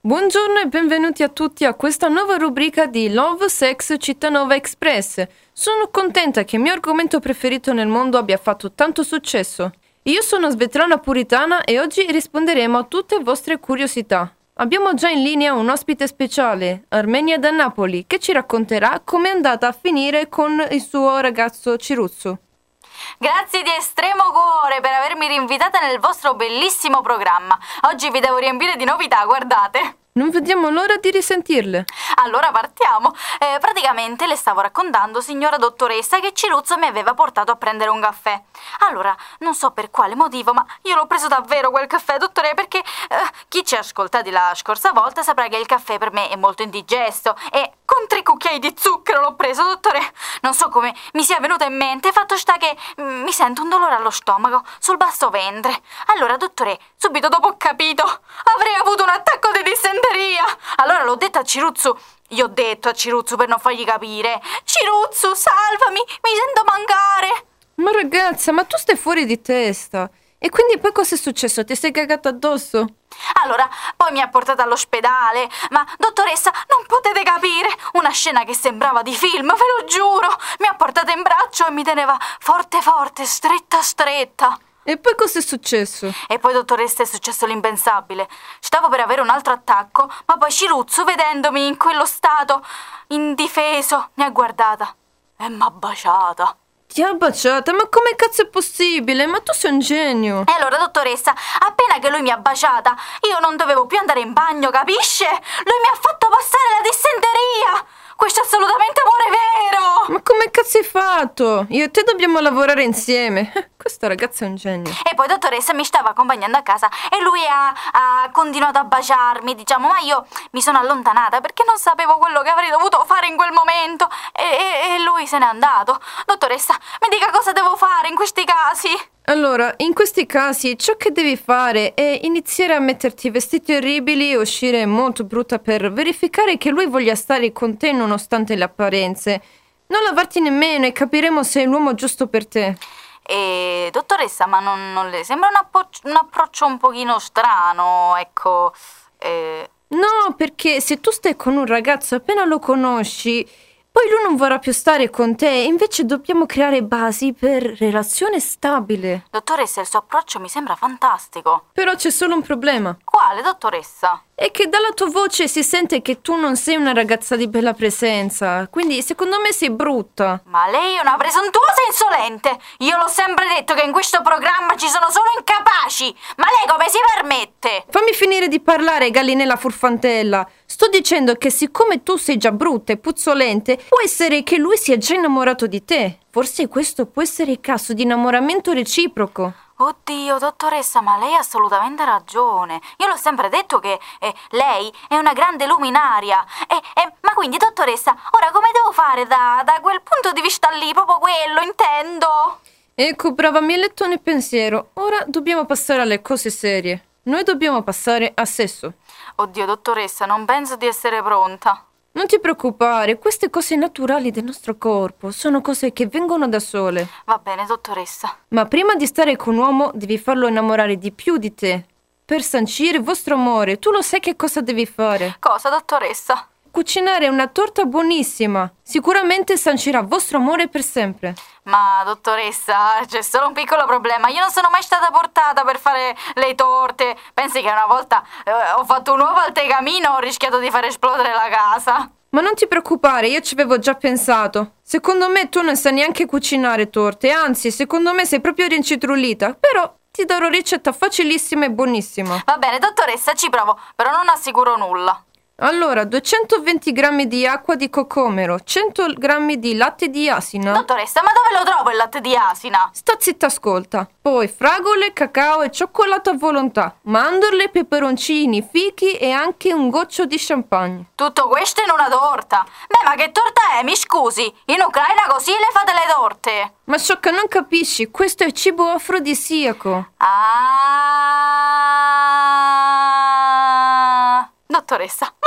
Buongiorno e benvenuti a tutti a questa nuova rubrica di Love, Sex, Cittanova Express. Sono contenta che il mio argomento preferito nel mondo abbia fatto tanto successo. Io sono Svetlana Puritana e oggi risponderemo a tutte vostre curiosità. Abbiamo già in linea un ospite speciale, Armenia da Napoli, che ci racconterà com'è andata a finire con il suo ragazzo Ciruzzu. Grazie di estremo cuore per avermi rinvitata nel vostro bellissimo programma. Oggi vi devo riempire di novità, guardate. Non vediamo l'ora di risentirle. Allora partiamo. Praticamente le stavo raccontando, signora dottoressa, che Ciruzzo mi aveva portato a prendere un caffè. Allora, non so per quale motivo, ma io l'ho preso davvero quel caffè, dottore, perché chi ci ha ascoltati la scorsa volta saprà che il caffè per me è molto indigesto e con 3 cucchiai di zucchero l'ho preso, dottore. Non so come mi sia venuto in mente, fatto sta che mi sento un dolore allo stomaco, sul basso ventre. Allora, dottore, subito dopo ho capito, avrei avuto un attacco di dissenteria. Allora l'ho detto a Ciruzzu. Gli ho detto a Ciruzzu per non fargli capire: Ciruzzu, salvami, mi sento mancare. Ma ragazza, ma tu stai fuori di testa. E quindi poi cosa è successo? Ti sei cagata addosso? Allora, poi mi ha portata all'ospedale, ma dottoressa, non potete capire, una scena che sembrava di film, ve lo giuro. Mi ha portata in braccio e mi teneva forte forte, stretta stretta. E poi cosa è successo? E poi, dottoressa, è successo l'impensabile. Stavo per avere un altro attacco, ma poi Ciruzzu, vedendomi in quello stato indifeso, mi ha guardata e m'ha baciata. Ti ha baciata? Ma come cazzo è possibile? Ma tu sei un genio. E allora, dottoressa, appena che lui mi ha baciata, io non dovevo più andare in bagno, capisce? Lui mi ha fatto passare la dissenteria. Questo è assolutamente amore vero! Ma come cazzo hai fatto? Io e te dobbiamo lavorare insieme. Questa ragazza è un genio. E poi, dottoressa, mi stava accompagnando a casa e lui ha continuato a baciarmi, diciamo, ma io mi sono allontanata perché non sapevo quello che avrei dovuto fare in quel momento e lui se n'è andato. Dottoressa, mi dica cosa devo fare in questi casi? Allora, in questi casi ciò che devi fare è iniziare a metterti vestiti orribili e uscire molto brutta per verificare che lui voglia stare con te nonostante le apparenze. Non lavarti nemmeno e capiremo se è l'uomo giusto per te. E dottoressa, ma non le sembra un approccio un pochino strano, ecco? No, perché se tu stai con un ragazzo appena lo conosci, poi lui non vorrà più stare con te, invece dobbiamo creare basi per relazione stabile. Dottoressa, il suo approccio mi sembra fantastico. Però c'è solo un problema. Quale, dottoressa? È che dalla tua voce si sente che tu non sei una ragazza di bella presenza, quindi secondo me sei brutta. Ma lei è una presuntuosa insolente! Io l'ho sempre detto che in questo programma ci sono solo incapaci! Ma lei come si permette? Fammi finire di parlare, gallinella furfantella. Sto dicendo che siccome tu sei già brutta e puzzolente, può essere che lui sia già innamorato di te. Forse questo può essere il caso di innamoramento reciproco. Oddio, dottoressa, ma lei ha assolutamente ragione. Io l'ho sempre detto che lei è una grande luminaria. Ma quindi, dottoressa, ora come devo fare da quel punto di vista lì? Proprio quello, intendo. Ecco, brava, mi hai letto nel pensiero. Ora dobbiamo passare alle cose serie. Noi dobbiamo passare a sesso. Oddio, dottoressa, non penso di essere pronta. Non ti preoccupare, queste cose naturali del nostro corpo sono cose che vengono da sole. Va bene, dottoressa. Ma prima di stare con un uomo devi farlo innamorare di più di te. Per sancire il vostro amore, tu lo sai che cosa devi fare? Cosa, dottoressa? Cucinare una torta buonissima. Sicuramente sancirà il vostro amore per sempre. Ma, dottoressa, c'è solo un piccolo problema. Io non sono mai stata portata per fare le torte. Pensi che una volta ho fatto un uovo al tegamino e ho rischiato di far esplodere la casa. Ma non ti preoccupare, io ci avevo già pensato. Secondo me tu non sai neanche cucinare torte, anzi, secondo me sei proprio rincitrullita. Però ti darò ricetta facilissima e buonissima. Va bene, dottoressa, ci provo, però non assicuro nulla. Allora, 220 grammi di acqua di cocomero, 100 grammi di latte di asina. Dottoressa, ma dove lo trovo il latte di asina? Sta zitta, ascolta. Poi fragole, cacao e cioccolato a volontà, mandorle, peperoncini, fichi e anche un goccio di champagne. Tutto questo in una torta? Beh, ma che torta è? Mi scusi, in Ucraina così le fate le torte? Ma sciocca, non capisci? Questo è cibo afrodisiaco. Ah... Dottoressa, ma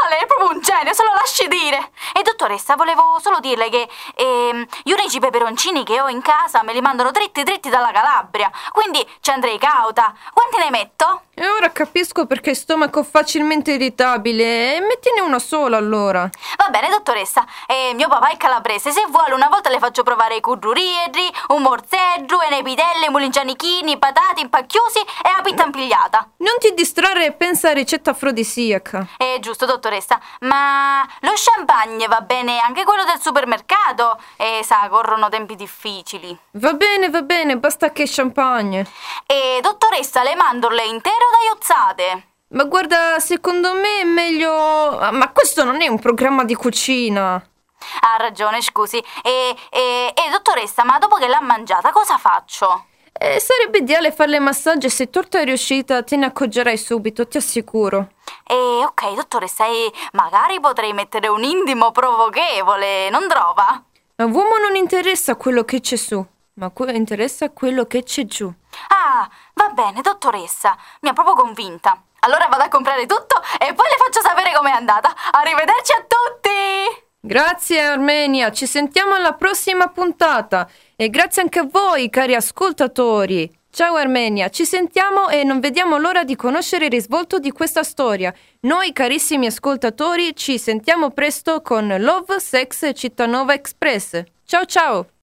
lei è proprio un genio, se lo lasci dire. E dottoressa, volevo solo dirle che gli unici peperoncini che ho in casa me li mandano dritti dalla Calabria, quindi ci andrei cauta. Quanti ne metto? E ora capisco perché il stomaco facilmente irritabile. E mettine una sola allora. Va bene, dottoressa. Mio papà è calabrese. Se vuole, una volta le faccio provare i currurieri, un morzedru, nepitelle, mulingianichini, patate impacchiusi e la pitta impigliata. Non ti distrarre e pensa a ricetta afrodisiaca. Giusto, dottoressa. Ma lo champagne va bene anche quello del supermercato? Sa, corrono tempi difficili. Va bene, basta che champagne. Dottoressa, le mandorle intere o tagliozzate? Ma guarda, secondo me è meglio... Ma questo non è un programma di cucina. Ha ragione, scusi. Dottoressa, ma dopo che l'ha mangiata cosa faccio? Sarebbe ideale farle massaggio e se torta è riuscita te ne accorgerai subito, ti assicuro. Ok, dottoressa, magari potrei mettere un intimo provochevole, non trova? A uomo non interessa quello che c'è su, ma interessa quello che c'è giù. Ah, va bene, dottoressa, mi ha proprio convinta. Allora vado a comprare tutto e poi le faccio sapere com'è andata. Arrivederci a tutti! Grazie Armenia, ci sentiamo alla prossima puntata e grazie anche a voi cari ascoltatori. Ciao Armenia, ci sentiamo e non vediamo l'ora di conoscere il risvolto di questa storia. Noi carissimi ascoltatori ci sentiamo presto con Love, Sex e Cittanova Express. Ciao ciao!